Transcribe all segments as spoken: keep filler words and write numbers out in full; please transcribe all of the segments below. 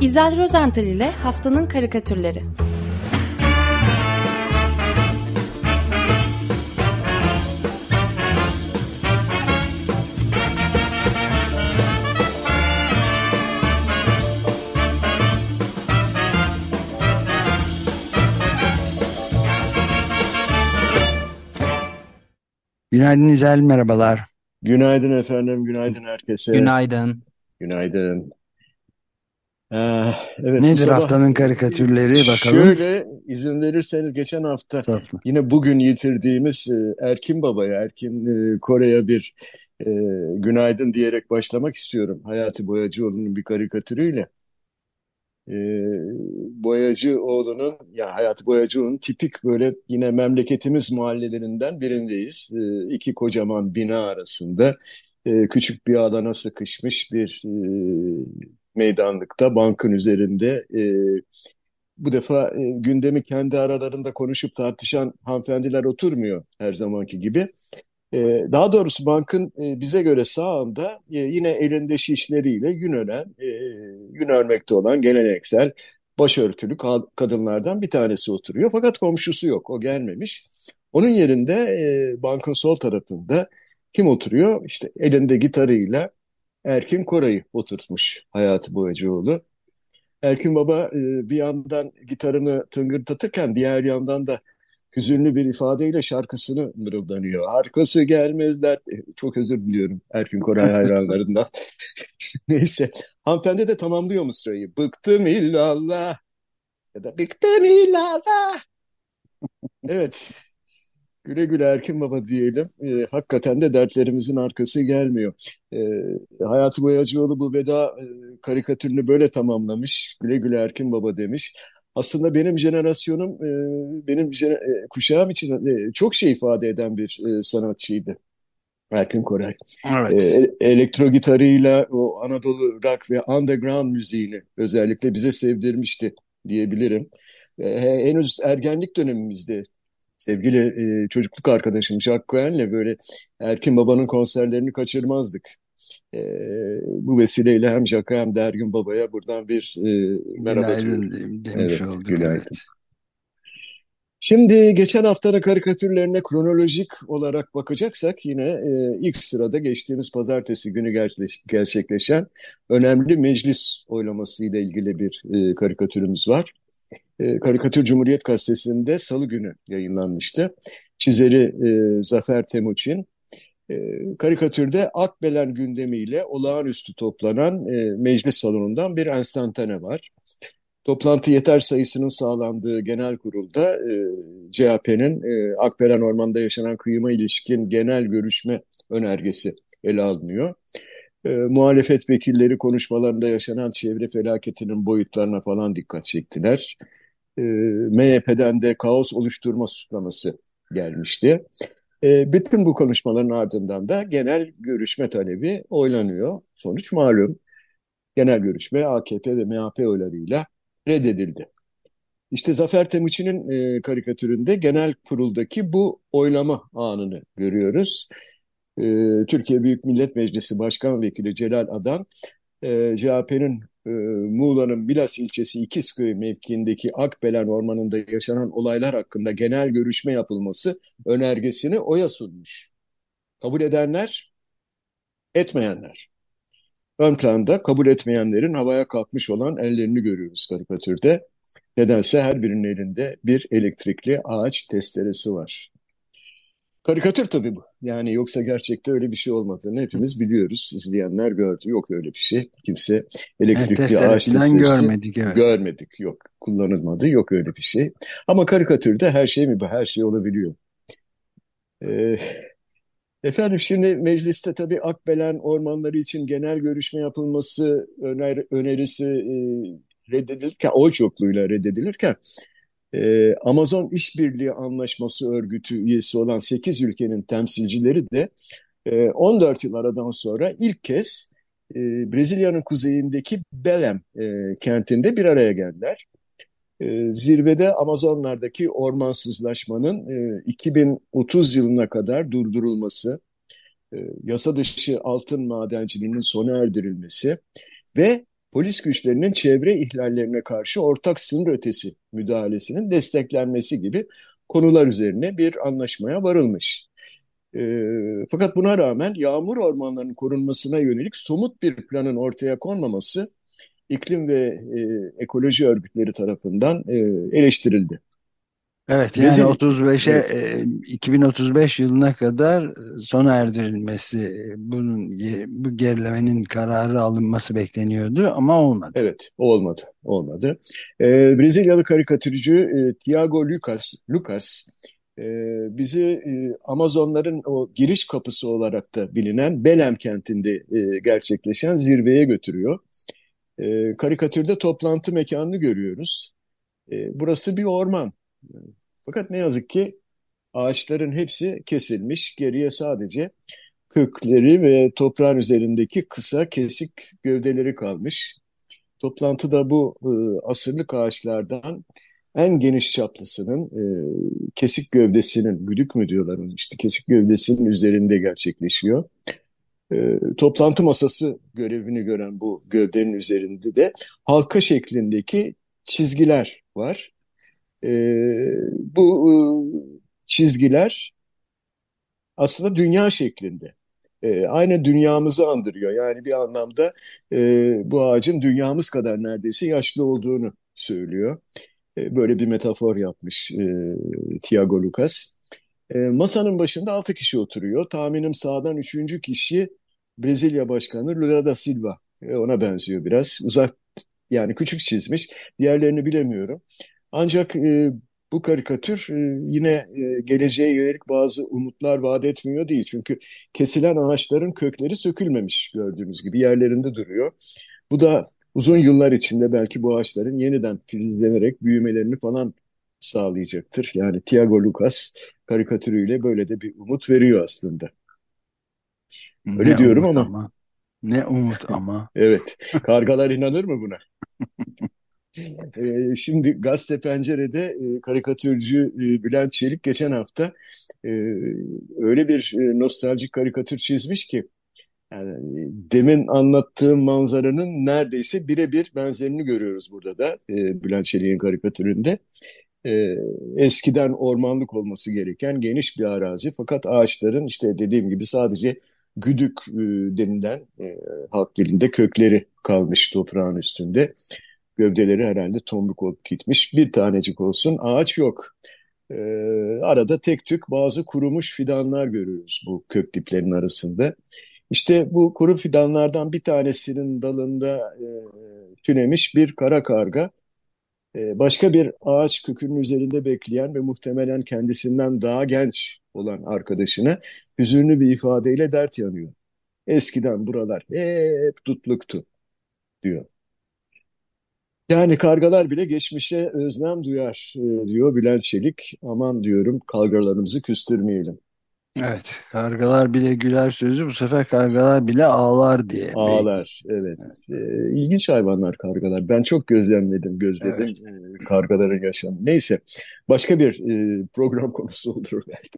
İzel Rozental ile Haftanın Karikatürleri. Günaydın İzel, merhabalar. Günaydın efendim, günaydın herkese. Günaydın. Günaydın. Ah, evet bu Nedir sabah haftanın e, karikatürleri bakalım. şöyle izin verirseniz geçen hafta Tatlı. yine bugün yitirdiğimiz e, Erkin Baba'ya, Erkin e, Koray'a bir e, günaydın diyerek başlamak istiyorum. Hayati Boyacıoğlu'nun bir karikatürüyle. E, Boyacıoğlu'nun, ya Hayati Boyacıoğlu'nun tipik böyle yine memleketimiz mahallelerinden birindeyiz. E, iki kocaman bina arasında e, küçük bir alana sıkışmış bir e, meydanlıkta bankın üzerinde e, bu defa e, gündemi kendi aralarında konuşup tartışan hanımefendiler oturmuyor her zamanki gibi. E, daha doğrusu bankın e, bize göre sağında e, yine elinde şişleriyle yün ören, e, yün örmekte olan geleneksel başörtülü ka- kadınlardan bir tanesi oturuyor. Fakat komşusu yok, o gelmemiş. Onun yerinde e, bankın sol tarafında kim oturuyor? İşte elinde gitarıyla Erkin Koray'ı oturtmuş Hayati Boyacıoğlu. Erkin Baba e, bir yandan gitarını tıngırdatırken diğer yandan da hüzünlü bir ifadeyle şarkısını mırıldanıyor. Arkası gelmez dert. E, Çok özür diliyorum Erkin Koray hayranlarından. Neyse. Hanımefendi de tamamlıyor mısrayı. Bıktım illallah ya da bıktım illallah. Evet. Güle güle Erkin Baba diyelim. E, hakikaten de dertlerimizin arkası gelmiyor. E, Hayati Boyacıoğlu bu veda e, karikatürünü böyle tamamlamış. Güle güle Erkin Baba demiş. Aslında benim jenerasyonum, e, benim jene- e, kuşağım için e, çok şey ifade eden bir e, sanatçıydı. Erkin Koray. E, Evet. e- elektro gitarıyla o Anadolu rock ve underground müziğini özellikle bize sevdirmişti diyebilirim. E, henüz ergenlik dönemimizde sevgili e, çocukluk arkadaşım Jack Cohen'le böyle Erkin Baba'nın konserlerini kaçırmazdık. E, Bu vesileyle hem Jack'a hem de Ergün Baba'ya buradan bir e, merhaba diyorum. Günaydın de- demiş Evet, olduk, günaydın. evet. Şimdi geçen haftanın karikatürlerine kronolojik olarak bakacaksak yine e, ilk sırada geçtiğimiz pazartesi günü gerçekleş- gerçekleşen önemli meclis oylaması ile ilgili bir e, karikatürümüz var. E, Karikatür Cumhuriyet Gazetesi'nde Salı günü yayınlanmıştı. Çizeri e, Zafer Temuçin. E, karikatürde Akbelen gündemiyle olağanüstü toplanan e, meclis salonundan bir enstantane var. Toplantı yeter sayısının sağlandığı genel kurulda e, C H P'nin e, Akbelen Ormanı'nda yaşanan kıyıma ilişkin genel görüşme önergesi ele alınıyor. E, muhalefet vekilleri konuşmalarında yaşanan çevre felaketinin boyutlarına falan dikkat çektiler. E, M H P'den de kaos oluşturma suçlaması gelmişti. E, bütün bu konuşmaların ardından da genel görüşme talebi oylanıyor. Sonuç malum. Genel görüşme A K P ve M H P oylarıyla reddedildi. İşte Zafer Temuçin'in e, karikatüründe genel kuruldaki bu oylama anını görüyoruz. E, Türkiye Büyük Millet Meclisi Başkan Vekili Celal Adan, e, C H P'nin e, Muğla'nın Milas ilçesi İkizköy mevkiindeki Akbelen Ormanı'nda yaşanan olaylar hakkında genel görüşme yapılması önergesini oya sunmuş. Kabul edenler, etmeyenler. Ön planda kabul etmeyenlerin havaya kalkmış olan ellerini görüyoruz karikatürde. Nedense her birinin elinde bir elektrikli ağaç testeresi var. Karikatür tabii bu. Yani yoksa gerçekte öyle bir şey olmadığını hepimiz biliyoruz. İzleyenler gördü. Yok öyle bir şey. Kimse Evet, elektrikli testere ağaç falan testeresi görmedik, evet. görmedik. Yok, kullanılmadı. Yok öyle bir şey. Ama karikatürde her şey mi bu? Her şey olabiliyor. Ee, Efendim şimdi mecliste tabii Akbelen ormanları için genel görüşme yapılması öner önerisi e, reddedilirken, oy çokluğuyla reddedilirken e, Amazon İşbirliği Anlaşması Örgütü üyesi olan sekiz ülkenin temsilcileri de e, on dört yıl aradan sonra ilk kez e, Brezilya'nın kuzeyindeki Belém e, kentinde bir araya geldiler. E, zirvede Amazonlardaki ormansızlaşmanın e, iki bin otuz yılına kadar durdurulması, e, yasa dışı altın madenciliğinin sona erdirilmesi ve polis güçlerinin çevre ihlallerine karşı ortak sınır ötesi müdahalesinin desteklenmesi gibi konular üzerine bir anlaşmaya varılmış. E, fakat buna rağmen yağmur ormanlarının korunmasına yönelik somut bir planın ortaya konmaması iklim ve e, ekoloji örgütleri tarafından e, eleştirildi. Evet, yani Brezilya, otuz beşe evet, e, iki bin otuz beş yılına kadar e, sona erdirilmesi, e, bunun ge- bu gerilemenin kararı alınması bekleniyordu ama olmadı. evet, olmadı, olmadı. E, Brezilyalı karikatürcü e, Tiago Lucas, Lucas e, bizi e, Amazonların o giriş kapısı olarak da bilinen Belém kentinde e, gerçekleşen zirveye götürüyor. E, karikatürde toplantı mekanını görüyoruz. E, burası bir orman. Fakat ne yazık ki ağaçların hepsi kesilmiş. Geriye sadece kökleri ve toprağın üzerindeki kısa kesik gövdeleri kalmış. Toplantıda bu e, asırlık ağaçlardan en geniş çaplısının e, kesik gövdesinin, güdük mü diyorlar onu işte, kesik gövdesinin üzerinde gerçekleşiyor. E, toplantı masası görevini gören bu gövdenin üzerinde de halka şeklindeki çizgiler var. E, bu e, çizgiler aslında dünya şeklinde. E, aynı dünyamızı andırıyor. Yani bir anlamda e, bu ağacın dünyamız kadar neredeyse yaşlı olduğunu söylüyor. E, böyle bir metafor yapmış e, Tiago Lucas. E, masanın başında altı kişi oturuyor. Tahminim sağdan üçüncü kişi Brezilya Başkanı Lula da Silva. E, ona benziyor biraz. Uzak, yani küçük çizmiş. Diğerlerini bilemiyorum. Ancak e, bu karikatür e, yine e, geleceğe yönelik bazı umutlar vaat etmiyor değil. Çünkü kesilen ağaçların kökleri sökülmemiş, gördüğümüz gibi yerlerinde duruyor. Bu da uzun yıllar içinde belki bu ağaçların yeniden filizlenerek büyümelerini falan sağlayacaktır. Yani Tiago Lucas karikatürüyle böyle de bir umut veriyor aslında. Ne Öyle diyorum umut ama ama, ne umut ama. evet, kargalar inanır mı buna? Ee, şimdi Gazete Pencere'de e, karikatürcü e, Bülent Çelik geçen hafta e, öyle bir e, nostaljik karikatür çizmiş ki yani demin anlattığım manzaranın neredeyse birebir benzerini görüyoruz burada da e, Bülent Çelik'in karikatüründe. E, eskiden ormanlık olması gereken geniş bir arazi fakat ağaçların işte dediğim gibi sadece güdük e, denilen e, halk dilinde kökleri kalmış toprağın üstünde. Gövdeleri herhalde tombuk olup gitmiş. Bir tanecik olsun ağaç yok. Ee, arada tek tük bazı kurumuş fidanlar görüyoruz bu kök diplerinin arasında. İşte bu kuru fidanlardan bir tanesinin dalında e, tünemiş bir kara karga, e, başka bir ağaç kökünün üzerinde bekleyen ve muhtemelen kendisinden daha genç olan arkadaşına hüzünlü bir ifadeyle dert yanıyor. Eskiden buralar hep tutluktu diyor. Yani kargalar bile geçmişe özlem duyar e, diyor Bülent Çelik. Aman diyorum kargalarımızı küstürmeyelim. Evet, kargalar bile güler sözü, bu sefer kargalar bile ağlar diye belki. Ağlar, evet. E, ilginç hayvanlar kargalar. Ben çok gözlemledim, gözledim Evet. e, kargaların yaşamı. Neyse, başka bir e, program konusu olur belki.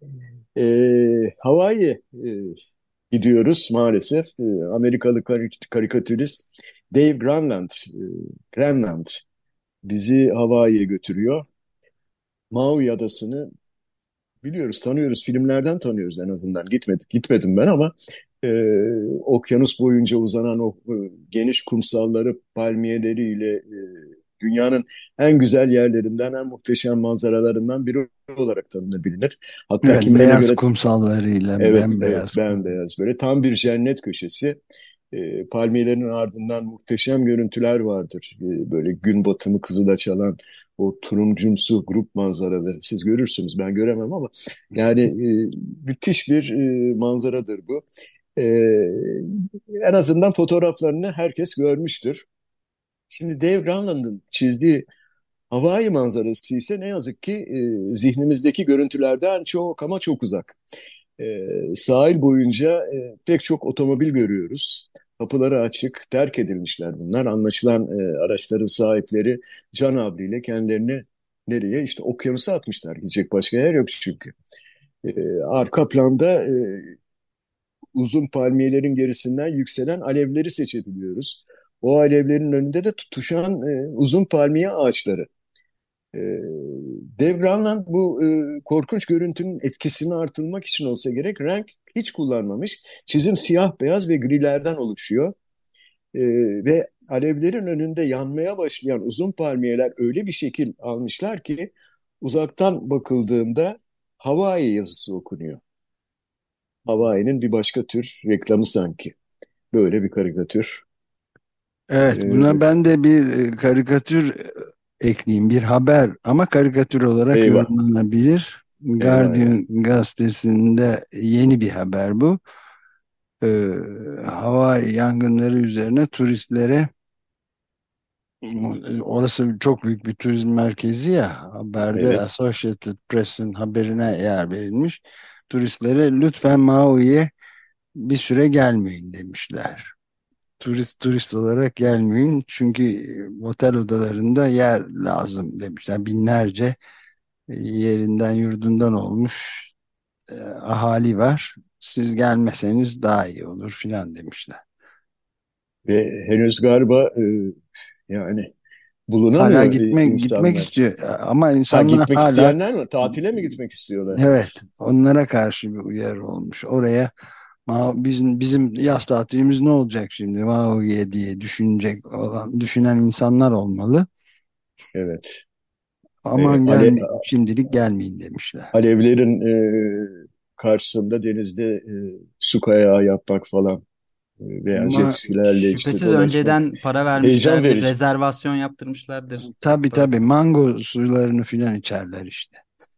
E, Hawaii e, gidiyoruz maalesef. E, Amerikalı karik- karikatürist Dave Granland, e, Granland bizi Hawaii'ye götürüyor. Maui adasını biliyoruz, tanıyoruz. Filmlerden tanıyoruz en azından. Gitmedik, gitmedim ben ama e, okyanus boyunca uzanan o e, geniş kumsalları, palmiyeleriyle e, dünyanın en güzel yerlerinden, en muhteşem manzaralarından biri olarak tanınabilir. Hatta Evet, kimilerine beyaz göre kumsallarıyla, evet, evet, bembeyaz kum. bembeyaz böyle tam bir cennet köşesi. E, palmiyelerin ardından muhteşem görüntüler vardır. E, böyle gün batımı kızıla çalan o turuncumsu grup manzaraları. Siz görürsünüz, ben göremem ama yani e, müthiş bir e, manzaradır bu. E, en azından fotoğraflarını herkes görmüştür. Şimdi Dave Granland'ın çizdiği Hawaii manzarası ise ne yazık ki e, zihnimizdeki görüntülerden çok ama çok uzak. E, sahil boyunca e, pek çok otomobil görüyoruz. Kapıları açık, terk edilmişler bunlar. Anlaşılan e, araçların sahipleri can havliyle kendilerini nereye? İşte okyanusa atmışlar. Gidecek başka yer yok çünkü. E, arka planda e, uzun palmiyelerin gerisinden yükselen alevleri seçebiliyoruz. o alevlerin önünde de tutuşan e, uzun palmiye ağaçları. E, Devranan bu e, korkunç görüntünün etkisini artırmak için olsa gerek renk hiç kullanmamış. Çizim siyah, beyaz ve grilerden oluşuyor. E, Ve alevlerin önünde yanmaya başlayan uzun palmiyeler öyle bir şekil almışlar ki uzaktan bakıldığında Hawaii yazısı okunuyor. Hawaii'nin bir başka tür reklamı sanki. Böyle bir karikatür. Evet, buna E, ben de bir e, karikatür e, ekleyeyim, bir haber ama karikatür olarak eyvah, yorumlanabilir. eyvah, eyvah. Guardian gazetesinde yeni bir haber bu. Ee, Hawaii yangınları üzerine turistlere, orası çok büyük bir turizm merkezi ya, haberde Evet. Associated Press'in haberine yer verilmiş. Turistlere lütfen Maui'ye bir süre gelmeyin demişler. Turist turist olarak gelmeyin çünkü otel odalarında yer lazım demişler. Binlerce yerinden yurdundan olmuş e, ahali var. Siz gelmeseniz daha iyi olur filan demişler. Ve henüz galiba e, yani Hala bulunamıyor e, gitmek gitmek insanlar. istiyor ama Ha, insanlar gitmek hala, isteyenler mi? Tatile mi gitmek istiyorlar? evet, onlara karşı bir uyarı olmuş. Oraya Ma- bizim bizim yaz tatilimiz ne olacak şimdi Maui'ye diye düşünecek olan düşünen insanlar olmalı. Evet. E, Aman ale, gelme, şimdilik gelmeyin demişler. alevlerin e, karşısında denizde e, su kayağı yapmak falan e, veya jet Ama skilerle işte Şüphesiz dolaşmak önceden para heyecan vermişlerdir, verici. rezervasyon yaptırmışlardır. tabii Para- tabii mango sularını filan içerler işte.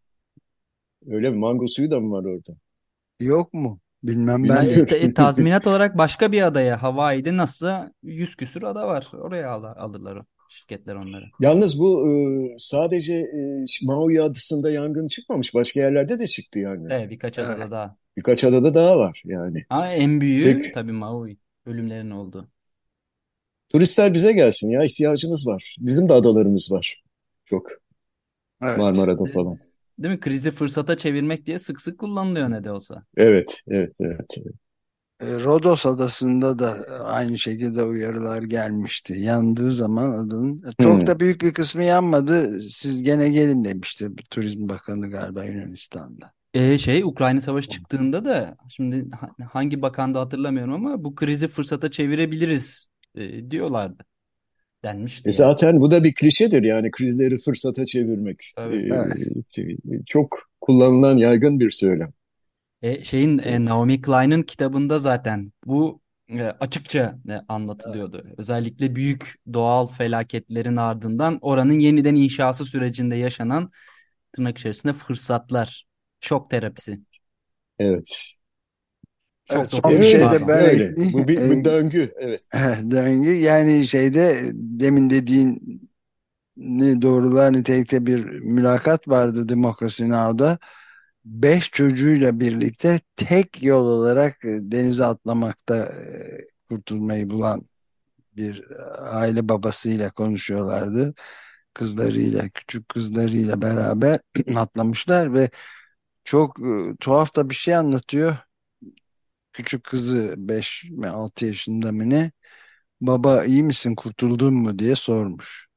Öyle mi? Mango suyu da mı var orada? Yok mu? Bilmem ben de. Hayır, Bilmiyorum. te- tazminat olarak başka bir adaya, Hawaii'de nasıl yüz küsür ada var. Oraya al- alırlar o şirketler onları. Yalnız bu e, sadece e, Maui adasında yangın çıkmamış. Başka yerlerde de çıktı yangın. Evet, birkaç adada Evet. daha. Birkaç adada daha var yani. Ama en büyüğü Peki tabii Maui. Ölümlerin oldu. turistler bize gelsin ya ihtiyacımız var. Bizim de adalarımız var. Çok Evet. Marmara'da De- falan. Değil mi? Krizi fırsata çevirmek diye sık sık kullanılıyor ne de olsa. Evet, evet, evet. E, Rodos adasında da aynı şekilde uyarılar gelmişti. Yandığı zaman adanın çok Hmm. da büyük bir kısmı yanmadı. Siz gene gelin demişti Turizm Bakanı galiba Yunanistan'da. E şey Ukrayna Savaşı çıktığında da şimdi ha- hangi bakandı hatırlamıyorum ama bu krizi fırsata çevirebiliriz e, diyorlardı. Denmişti E yani. zaten bu da bir klişedir yani krizleri fırsata çevirmek. Tabii. Evet. Ee, çok kullanılan yaygın bir söylem. E, şeyin e, Naomi Klein'in kitabında zaten bu e, açıkça e, anlatılıyordu. Özellikle büyük doğal felaketlerin ardından oranın yeniden inşası sürecinde yaşanan tırnak içerisinde fırsatlar, şok terapisi. Evet. Çok Evet, çok son bir büyük bir şey Öyle, de kavram. ben öyle. ekleyeyim. Bu bir, E, bir döngü. Evet. döngü yani şeyde demin dediğin ne doğrular nitelikte bir mülakat vardı Demokrasi Now'da. Beş çocuğuyla birlikte tek yol olarak e, denize atlamakta e, kurtulmayı bulan bir e, aile babasıyla konuşuyorlardı. Kızlarıyla, küçük kızlarıyla beraber atlamışlar ve çok e, tuhaf da bir şey anlatıyor. Küçük kızı beş mi altı yaşında mı ne? Baba iyi misin kurtuldun mu diye sormuş.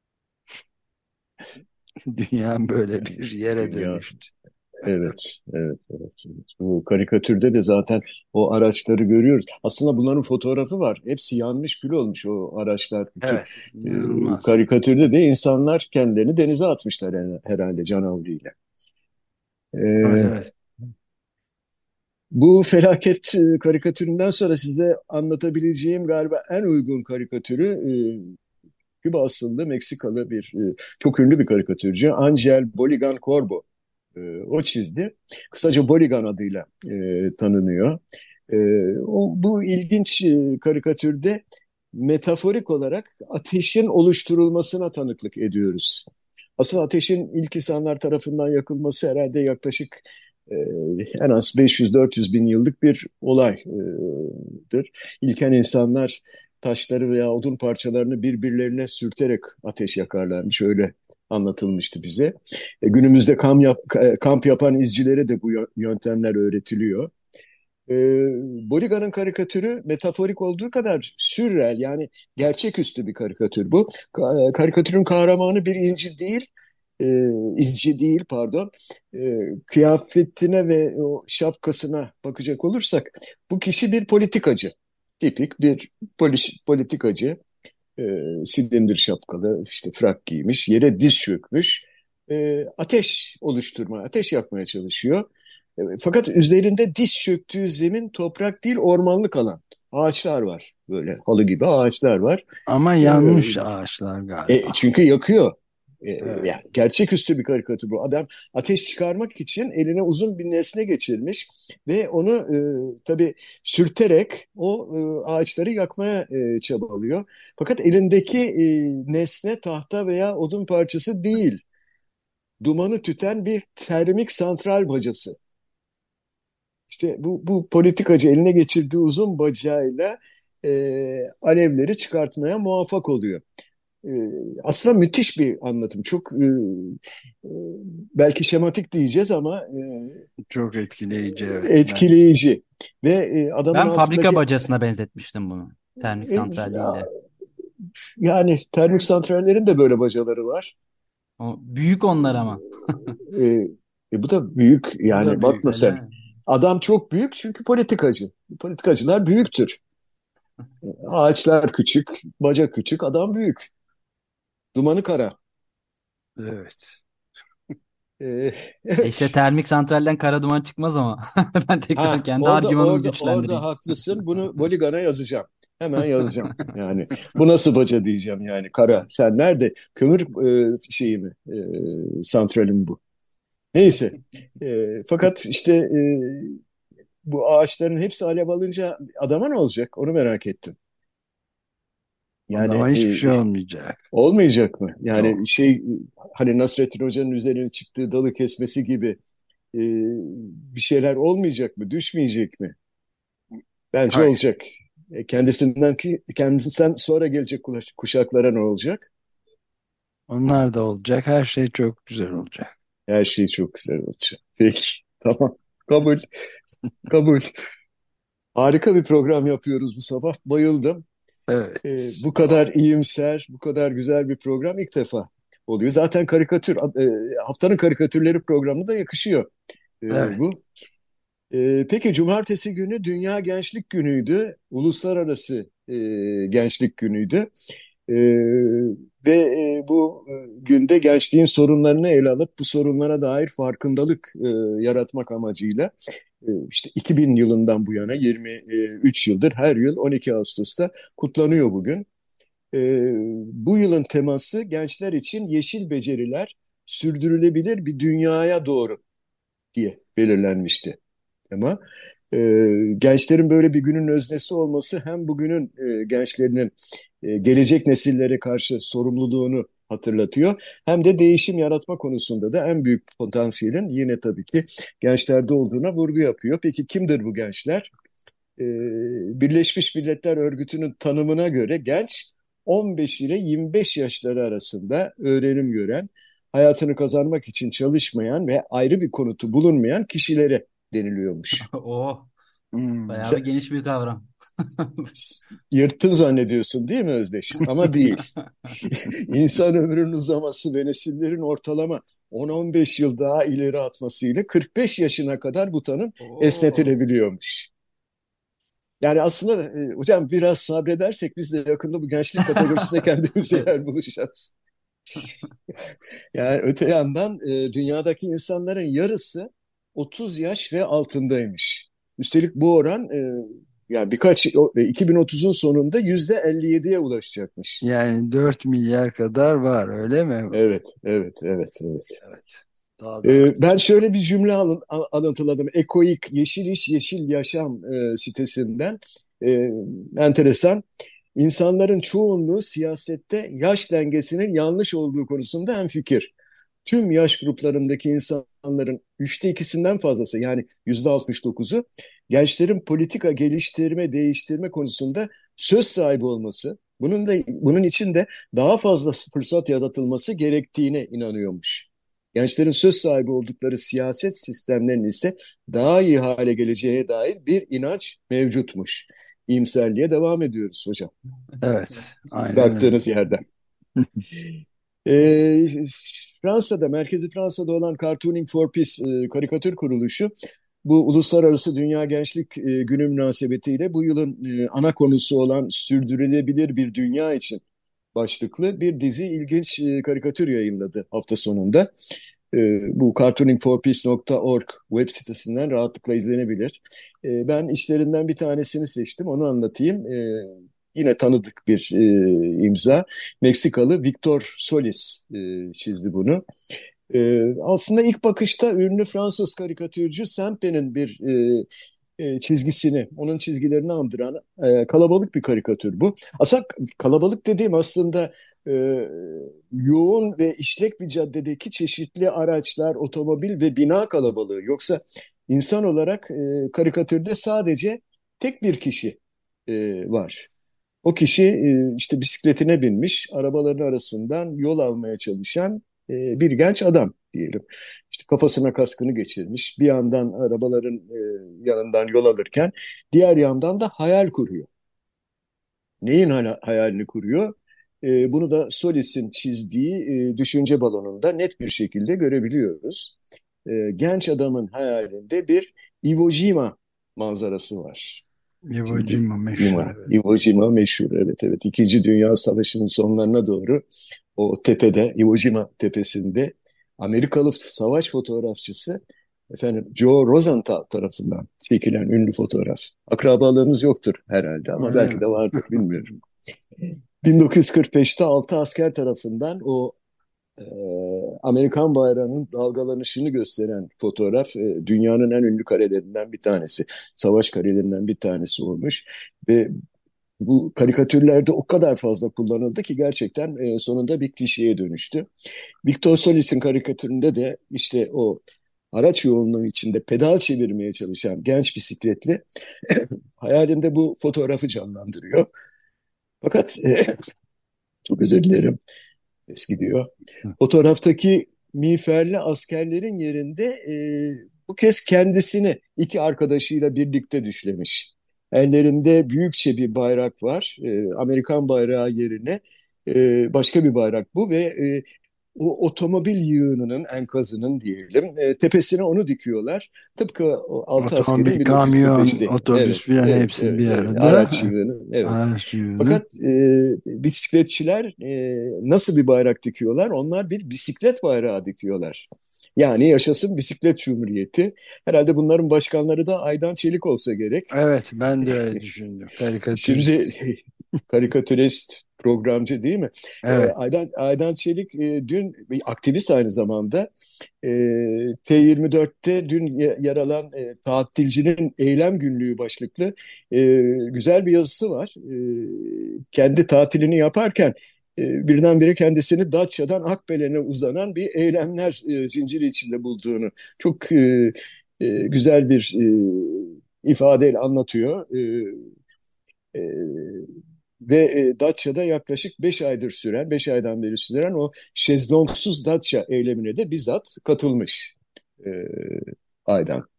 Dünya böyle bir yere Dünya. dönüştü. Evet, evet, evet, evet. Bu karikatürde de zaten o araçları görüyoruz. Aslında bunların fotoğrafı var. Hepsi yanmış kül olmuş o araçlar. Bütün, Evet, e, inanılmaz. karikatürde de insanlar kendilerini denize atmışlar herhalde canavliyle. Evet, E, evet. Bu felaket e, karikatüründen sonra size anlatabileceğim galiba en uygun karikatürü e, Küba asıllı Meksikalı bir e, çok ünlü bir karikatürcü Angel Boligan Corbo e, o çizdi. Kısaca Boligan adıyla e, tanınıyor. E, o bu ilginç e, karikatürde metaforik olarak ateşin oluşturulmasına tanıklık ediyoruz. Asıl ateşin ilk insanlar tarafından yakılması herhalde yaklaşık e, en az beş yüz dört yüz bin yıllık bir olaydır. İlken insanlar taşları veya odun parçalarını birbirlerine sürterek ateş yakarlarmış. Öyle anlatılmıştı bize. E, günümüzde kamp, yap, kamp yapan izcilere de bu yöntemler öğretiliyor. E, Boliga'nın karikatürü metaforik olduğu kadar sürreel, yani gerçeküstü bir karikatür bu. Ka- karikatürün kahramanı bir inci değil, e, izci değil pardon. E, kıyafetine ve o şapkasına bakacak olursak bu kişi bir politikacı. Tipik bir polis, politikacı. E, silindir şapkalı, işte frak giymiş, yere diz çökmüş. E, ateş oluşturma, ateş yakmaya çalışıyor. E, fakat üzerinde diz çöktüğü zemin toprak değil, ormanlık alan. Ağaçlar var, böyle halı gibi ağaçlar var. Ama E, yanmış ağaçlar e, galiba. çünkü yakıyor. E, Evet. yani gerçeküstü bir karikatür bu. Adam ateş çıkarmak için eline uzun bir nesne geçirmiş ve onu e, tabii sürterek o e, ağaçları yakmaya e, çabalıyor. Fakat elindeki e, nesne tahta veya odun parçası değil. Dumanı tüten bir termik santral bacası. İşte bu, bu politikacı eline geçirdiği uzun bacayla e, alevleri çıkartmaya muvaffak oluyor. E, aslında müthiş bir anlatım. Çok e, e, belki şematik diyeceğiz ama Çok etkileyici, e, evet. Ben etkileyici. Ve e, adamın Ben fabrika altındaki bacasına benzetmiştim bunu. Termik e, santral değil de. yani termik santrallerin de böyle bacaları var. O, büyük onlar ama. E, e, bu da büyük, bu yani da bakma büyük. Öyle sen. mi? Adam çok büyük çünkü politikacı. Politikacılar büyüktür. Ağaçlar küçük, baca küçük, adam büyük. Dumanı kara. Evet. E, E işte evet. termik santralden kara duman çıkmaz ama. Ben tekrar Ha, kendi orada argümanımı orada orada güçlendireyim. haklısın. Bunu Boligan'a yazacağım. Hemen yazacağım. Yani bu nasıl baca diyeceğim yani, kara. Sen nerede? Kömür e, şeyi mi? E, santrali mi bu? Neyse. E, fakat işte e, bu ağaçların hepsi alev alınca adama ne olacak? Onu merak ettim. Yani Ama hiçbir e, şey olmayacak. olmayacak mı? Yani Yok. şey, hani Nasrettin Hoca'nın üzerine çıktığı dalı kesmesi gibi e, bir şeyler olmayacak mı? Düşmeyecek mi? Bence Hayır. olacak. E, Kendisinden ki kendisinden sonra gelecek kulaş- kuşaklara ne olacak? Onlar da olacak. Her şey çok güzel olacak. Her şey çok güzel olacak. Peki, tamam. Kabul, kabul. Harika bir program yapıyoruz bu sabah. Bayıldım. Evet. E, bu kadar iyimser, bu kadar güzel bir program ilk defa oluyor. Zaten karikatür, e, haftanın karikatürleri programı da yakışıyor e, Evet. bu. E, peki cumartesi günü Dünya Gençlik Günü'ydü. Uluslararası e, Gençlik Günü'ydü. Ee, ve e, bu e, günde gençliğin sorunlarını ele alıp bu sorunlara dair farkındalık e, yaratmak amacıyla e, işte iki bin yılından bu yana yirmi üç yıldır her yıl on iki Ağustos'ta kutlanıyor bugün. E, bu yılın teması gençler için yeşil beceriler, sürdürülebilir bir dünyaya doğru diye belirlenmişti tema. E, gençlerin böyle bir günün öznesi olması hem bugünün e, gençlerinin e, gelecek nesillere karşı sorumluluğunu hatırlatıyor. Hem de değişim yaratma konusunda da en büyük potansiyelin yine tabii ki gençlerde olduğuna vurgu yapıyor. Peki kimdir bu gençler? E, Birleşmiş Milletler Örgütü'nün tanımına göre genç on beş ile yirmi beş yaşları arasında öğrenim gören, hayatını kazanmak için çalışmayan ve ayrı bir konutu bulunmayan kişilere deniliyormuş. Oh, bayağı Sen bir geniş bir kavram. s- yırttın zannediyorsun değil mi Özdeş? Ama değil. İnsan ömrünün uzaması ve nesillerin ortalama on on beş yıl daha ileri atmasıyla kırk beş yaşına kadar bu tanım Oo. esnetilebiliyormuş. Yani aslında e, hocam biraz sabredersek biz de yakında bu gençlik kategorisinde kendimize Evet. yer bulacağız. Yani öte yandan e, dünyadaki insanların yarısı otuz yaş ve altındaymış. Üstelik bu oran e, yani birkaç o- e, iki bin otuzun sonunda yüzde elli yediye ulaşacakmış. Yani dört milyar kadar var, öyle mi? Evet, evet, evet, evet. Evet. Daha da E, ben artacak. şöyle bir cümle alın, a- alıntıladım. Ekoik Yeşil İş Yeşil Yaşam e, sitesinden. E, enteresan. İnsanların çoğunluğu siyasette yaş dengesinin yanlış olduğu konusunda hemfikir. Tüm yaş gruplarındaki insanların üçte ikisinden fazlası, yani yüzde altmış dokuzu gençlerin politika geliştirme, değiştirme konusunda söz sahibi olması, bunun da bunun için de daha fazla fırsat yaratılması gerektiğine inanıyormuş. gençlerin söz sahibi oldukları siyaset sistemlerinin ise daha iyi hale geleceğine dair bir inanç mevcutmuş. İyimserliğe devam ediyoruz hocam. Evet, aynen öyle. Baktığınız yerden. Ee, Fransa'da, merkezi Fransa'da olan Cartooning for Peace e, karikatür kuruluşu bu Uluslararası Dünya Gençlik e, Günü münasebetiyle bu yılın e, ana konusu olan sürdürülebilir bir dünya için başlıklı bir dizi ilginç e, karikatür yayınladı hafta sonunda. E, bu cartooning for peace nokta org web sitesinden rahatlıkla izlenebilir. E, ben işlerinden bir tanesini seçtim, onu anlatayım. E, yine tanıdık bir e, imza. Meksikalı Victor Solis e, çizdi bunu. E, aslında ilk bakışta ünlü Fransız karikatürcü Sempe'nin bir e, e, çizgisini, onun çizgilerini andıran e, kalabalık bir karikatür bu. Aslında kalabalık dediğim aslında e, yoğun ve işlek bir caddedeki çeşitli araçlar, otomobil ve bina kalabalığı. Yoksa insan olarak e, karikatürde sadece tek bir kişi e, var. O kişi e, işte bisikletine binmiş, arabaların arasından yol almaya çalışan e, bir genç adam diyelim. İşte kafasına kaskını geçirmiş, bir yandan arabaların e, yanından yol alırken diğer yandan da hayal kuruyor. Neyin hala- hayalini kuruyor? E, bunu da Solis'in çizdiği e, düşünce balonunda net bir şekilde görebiliyoruz. E, genç adamın hayalinde bir Iwo Jima manzarası var. Iwo Şimdi Jima meşhur, Jima, evet. Iwo Jima meşhur, evet evet. İkinci Dünya Savaşı'nın sonlarına doğru o tepede, Iwo Jima tepesinde Amerikalı savaş fotoğrafçısı efendim Joe Rosenthal tarafından çekilen ünlü fotoğraf. Akrabalığımız yoktur herhalde ama Öyle belki mi? de vardır, bilmiyorum. bin dokuz yüz kırk beşte altı asker tarafından o e, Amerikan bayrağının dalgalanışını gösteren fotoğraf e, dünyanın en ünlü karelerinden bir tanesi. Savaş karelerinden bir tanesi olmuş. Ve bu karikatürlerde o kadar fazla kullanıldı ki gerçekten e, sonunda bir klişeye dönüştü. Victor Solis'in karikatüründe de işte o araç yoğunluğu içinde pedal çevirmeye çalışan genç bisikletli hayalinde bu fotoğrafı canlandırıyor. Fakat e, çok özür dilerim, ses gidiyor. Fotoğraftaki miğferli askerlerin yerinde e, bu kez kendisini iki arkadaşıyla birlikte düşlemiş. Ellerinde büyükçe bir bayrak var. E, Amerikan bayrağı yerine e, başka bir bayrak bu ve e, o otomobil yığınının, enkazının diyelim, e, tepesine onu dikiyorlar. Tıpkı o altı askerin Otomobil, kamyon, bin dokuz yüz kırk beşte. Evet, otobüs filan evet, hepsi evet, bir evet. arada. Araç yığını, evet. Araç yığını. Fakat e, bisikletçiler e, nasıl bir bayrak dikiyorlar? Onlar bir bisiklet bayrağı dikiyorlar. Yani yaşasın bisiklet cumhuriyeti. Herhalde bunların başkanları da Aydan Çelik olsa gerek. Evet, ben de öyle düşündüm. Şimdi Karikatürist. karikatürist, programcı değil mi? Ee, Evet. Aydan, Aydan Çelik e, dün bir aktivist aynı zamanda e, T yirmi dörtte dün ye- yer alan e, tatilcinin eylem günlüğü başlıklı e, güzel bir yazısı var. E, kendi tatilini yaparken e, birdenbire kendisini Datça'dan Akbelen'e uzanan bir eylemler e, zinciri içinde bulduğunu çok e, e, güzel bir e, ifadeyle anlatıyor. E, e, ve e, Datça'da yaklaşık beş aydır süren, beş aydan beri süren o şezlongsuz Datça eylemine de bizzat katılmış e, Aydan.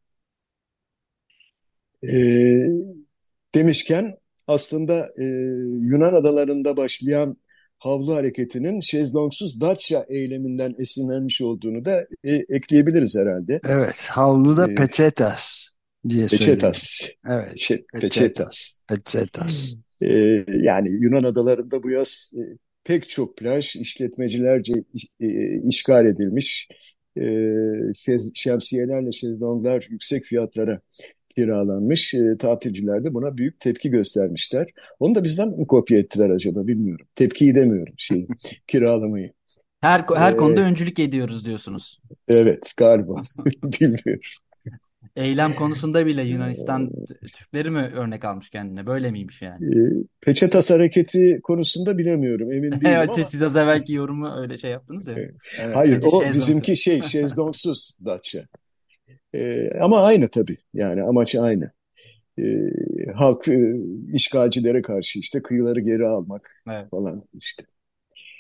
E, demişken aslında e, Yunan adalarında başlayan havlu hareketinin şezlongsuz Datça eyleminden esinlenmiş olduğunu da e, ekleyebiliriz herhalde. Evet. Havluda E, peçetas diye söyledim. Peçetas. Evet. Şey, Peçetas. peçetas. Peçetas. Ee, yani Yunan adalarında bu yaz e, pek çok plaj işletmecilerce e, işgal edilmiş. E, şez- şemsiyelerle şezlonglar yüksek fiyatlara kiralanmış. E, tatilciler de buna büyük tepki göstermişler. Onu da bizden mi kopya ettiler acaba, bilmiyorum. Tepkiyi demiyorum, şeyi, kiralamayı. Her her konuda E, öncülük ediyoruz diyorsunuz. evet galiba, bilmiyorum. Eylem konusunda bile Yunanistan t- Türkleri mi örnek almış kendine? Böyle miymiş yani? E, Peçetas hareketi konusunda bilemiyorum, emin değilim Evet, siz, ama siz az evvelki yorumu öyle şey yaptınız ya. Evet. hayır, Şey, o şezlongsu. bizimki şey şezlongsuz Datça. Ee, ama aynı tabii. Yani amaç aynı. Ee, halk e, işgalcilere karşı işte kıyıları geri almak Evet. falan işte.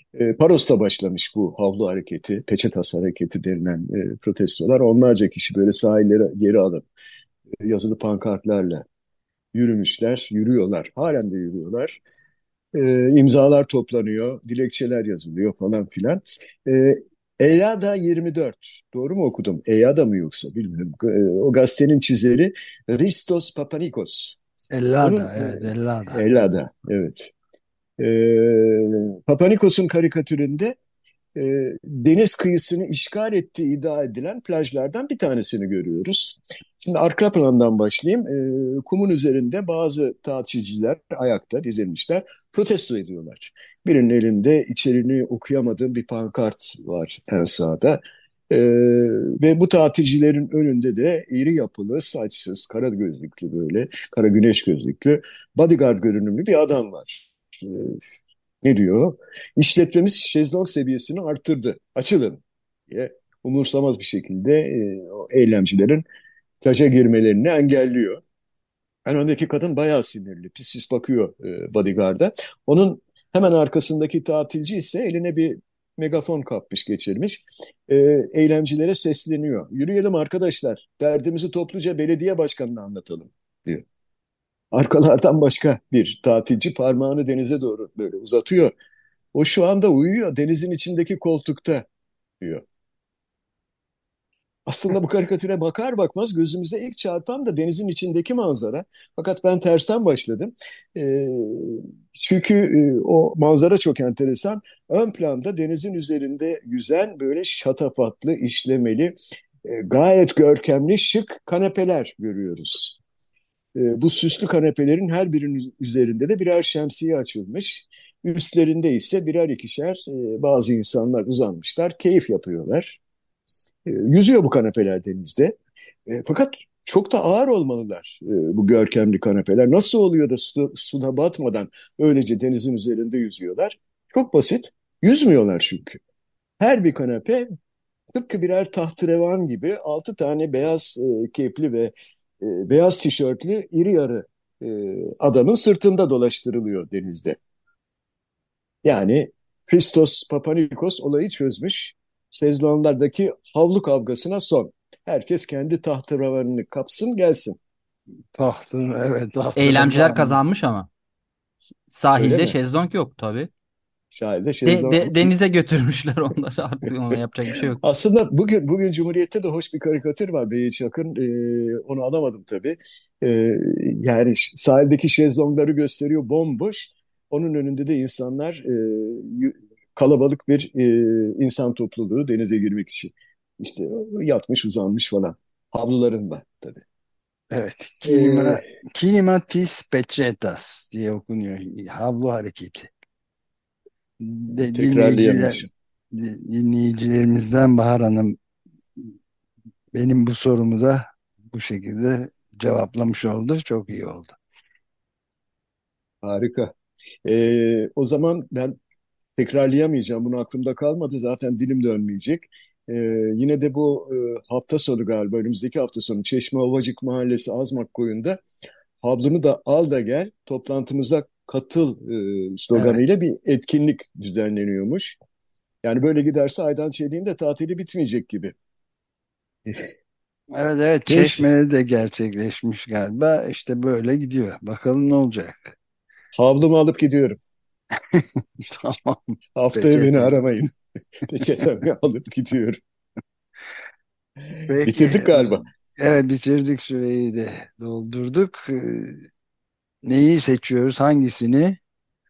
E, Paros'ta başlamış bu havlu hareketi, peçetas hareketi denilen e, protestolar. Onlarca kişi böyle sahillere geri alıp e, yazılı pankartlarla yürümüşler, yürüyorlar. Halen de yürüyorlar. E, imzalar toplanıyor, dilekçeler yazılıyor falan filan. E, Eyada yirmi dört, doğru mu okudum? Eyada mı yoksa bilmiyorum. E, o gazetenin çizeri Christos Papanikos. Onun Ellada, evet, e, Ellada. Eyada, evet. E, Papanikos'un karikatüründe e, deniz kıyısını işgal ettiği iddia edilen plajlardan bir tanesini görüyoruz. Şimdi arka plandan başlayayım. E, kumun üzerinde bazı tatilciler ayakta dizilmişler, protesto ediyorlar. Birinin elinde içeriğini okuyamadığım bir pankart var en sağda. E, Ve bu tatilcilerin önünde de iri yapılı, saçsız, kara gözlüklü böyle, kara güneş gözlüklü, bodyguard görünümlü bir adam var. E, Ne diyor? İşletmemiz şezlong seviyesini arttırdı. Açılın diye umursamaz bir şekilde e, o eylemcilerin plaja girmelerini engelliyor. En öndeki kadın bayağı sinirli. Pis pis bakıyor e, bodyguard'a. Onun hemen arkasındaki tatilci ise eline bir megafon kapmış geçirmiş. E, eylemcilere sesleniyor. Yürüyelim arkadaşlar. Derdimizi topluca belediye başkanına anlatalım diyor. Arkalardan başka bir tatilci parmağını denize doğru böyle uzatıyor. O şu anda uyuyor denizin içindeki koltukta diyor. Aslında bu karikatüre bakar bakmaz gözümüze ilk çarpan da denizin içindeki manzara. Fakat ben tersten başladım. Ee, Çünkü e, o manzara çok enteresan. Ön planda denizin üzerinde yüzen böyle şatafatlı, işlemeli, e, gayet görkemli, şık kanepeler görüyoruz. E, bu süslü kanepelerin her birinin üzerinde de birer şemsiye açılmış. Üstlerinde ise birer ikişer e, bazı insanlar uzanmışlar, keyif yapıyorlar. E, yüzüyor bu kanepeler denizde. E, fakat çok da ağır olmalılar e, bu görkemli kanepeler. Nasıl oluyor da su, suda batmadan öylece denizin üzerinde yüzüyorlar? Çok basit. Yüzmüyorlar çünkü. Her bir kanepe tıpkı birer tahterevan gibi altı tane beyaz e, kepli ve e, beyaz tişörtlü iri yarı e, adamın sırtında dolaştırılıyor denizde. Yani Christos Papanikos olayı çözmüş. Sezlonlardaki havlu kavgasına son. Herkes kendi tahterevanını kapsın gelsin. Tahtın, evet, tahtının Eylemciler var. kazanmış ama. Öyle Sahilde mi? şezlong yok tabii. Şahide De, şezlong. de- denize götürmüşler onları artık ona yapacak bir şey yok. Aslında bugün bugün Cumhuriyet'te de hoş bir karikatür var Beyiç Çakın. Ee, onu alamadım tabii. Ee, Yani ş- sahildeki şezlongları gösteriyor bomboş. Onun önünde de insanlar e, y- kalabalık bir e, insan topluluğu denize girmek için. İşte yatmış uzanmış falan. Havlularında tabii. Evet. Kima, Ee, Kimatis Peçetas diye okunuyor. Havlu hareketi. De, dinleyiciler, Tekrarlayamayacağım. dinleyicilerimizden Bahar Hanım benim bu sorumu da bu şekilde cevaplamış oldu. Çok iyi oldu. Harika. Ee, o zaman ben tekrarlayamayacağım. Bunu aklımda kalmadı. Zaten dilim dönmeyecek. Ee, Yine de bu e, hafta sonu galiba önümüzdeki hafta sonu Çeşme Ovacık Mahallesi Azmak Koyun'da havlunu da al da gel toplantımıza katıl e, Evet. sloganıyla bir etkinlik düzenleniyormuş. Yani böyle giderse Aydan Çelik'in de tatili bitmeyecek gibi. Evet, evet, Neyse, Çeşme'de de gerçekleşmiş galiba. İşte böyle gidiyor. Bakalım ne olacak. havlumu alıp gidiyorum. Tamam. Haftaya beni Peçete. aramayın. Peçetemi alıp gidiyorum. Bitirdik Peki. galiba. Evet, bitirdik, süreyi de doldurduk. Ee, Neyi seçiyoruz? Hangisini?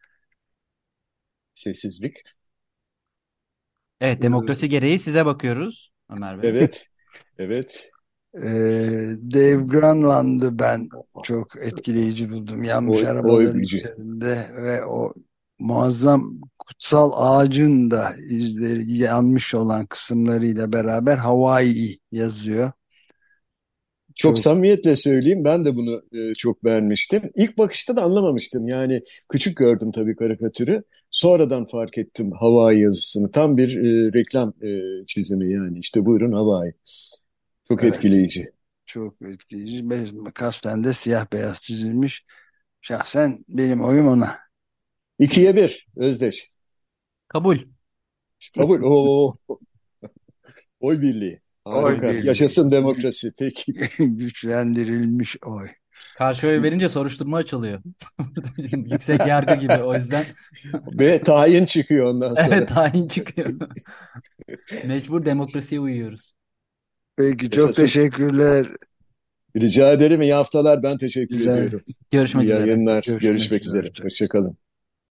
Sessizlik. Evet, demokrasi gereği size bakıyoruz Ömer Bey. Evet, evet. Ee, Dave Granland'ı ben çok etkileyici buldum. Yanmış Oy, oy arabaların gücü. üzerinde ve o muazzam kutsal ağacın da izleri yanmış olan kısımlarıyla beraber Hawaii yazıyor. Çok Çok, samimiyetle söyleyeyim ben de bunu e, çok beğenmiştim. İlk bakışta da anlamamıştım. Yani küçük gördüm tabii karikatürü. Sonradan fark ettim Hawaii yazısını. Tam bir e, reklam e, çizimi yani. İşte buyurun Hawaii. Çok evet, etkileyici. çok etkileyici. Be- Kasten de siyah beyaz çizilmiş. Şahsen benim oyum ona. İkiye bir Özdeş. Kabul. Kabul. Oo, oy birliği. Oy Harika. birliği. Yaşasın demokrasi. Peki. Güçlendirilmiş oy. Karşı oy verince soruşturma açılıyor. Yüksek yargı gibi, o yüzden. Ve tayin çıkıyor ondan sonra. Evet, tayin çıkıyor. Mecbur demokrasiye uyuyoruz. Peki, çok Yaşasın. teşekkürler. Rica ederim. İyi haftalar. Ben teşekkür Güzel. ediyorum. Görüşmek İyi üzere. yayınlar. Görüşmek Görüşmek üzere. üzere. Hoşçakalın.